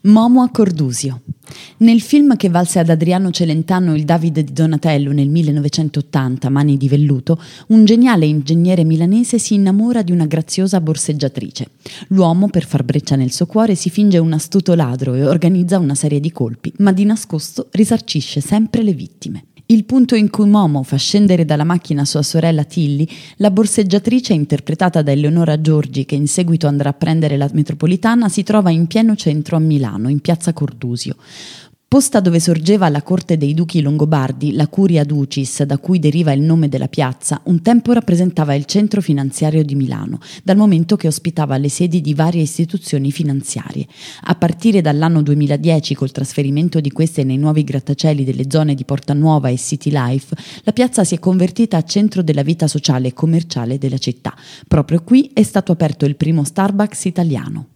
Momo a Cordusio. Nel film che valse ad Adriano Celentano il Davide di Donatello nel 1980, Mani di velluto, un geniale ingegnere milanese si innamora di una graziosa borseggiatrice. L'uomo, per far breccia nel suo cuore, si finge un astuto ladro e organizza una serie di colpi, ma di nascosto risarcisce sempre le vittime. Il punto in cui Momo fa scendere dalla macchina sua sorella Tilly, la borseggiatrice interpretata da Eleonora Giorgi, che in seguito andrà a prendere la metropolitana, si trova in pieno centro a Milano, in piazza Cordusio. Posta dove sorgeva la corte dei duchi longobardi, la Curia Ducis, da cui deriva il nome della piazza, un tempo rappresentava il centro finanziario di Milano, dal momento che ospitava le sedi di varie istituzioni finanziarie. A partire dall'anno 2010, col trasferimento di queste nei nuovi grattacieli delle zone di Porta Nuova e City Life, la piazza si è convertita a centro della vita sociale e commerciale della città. Proprio qui è stato aperto il primo Starbucks italiano.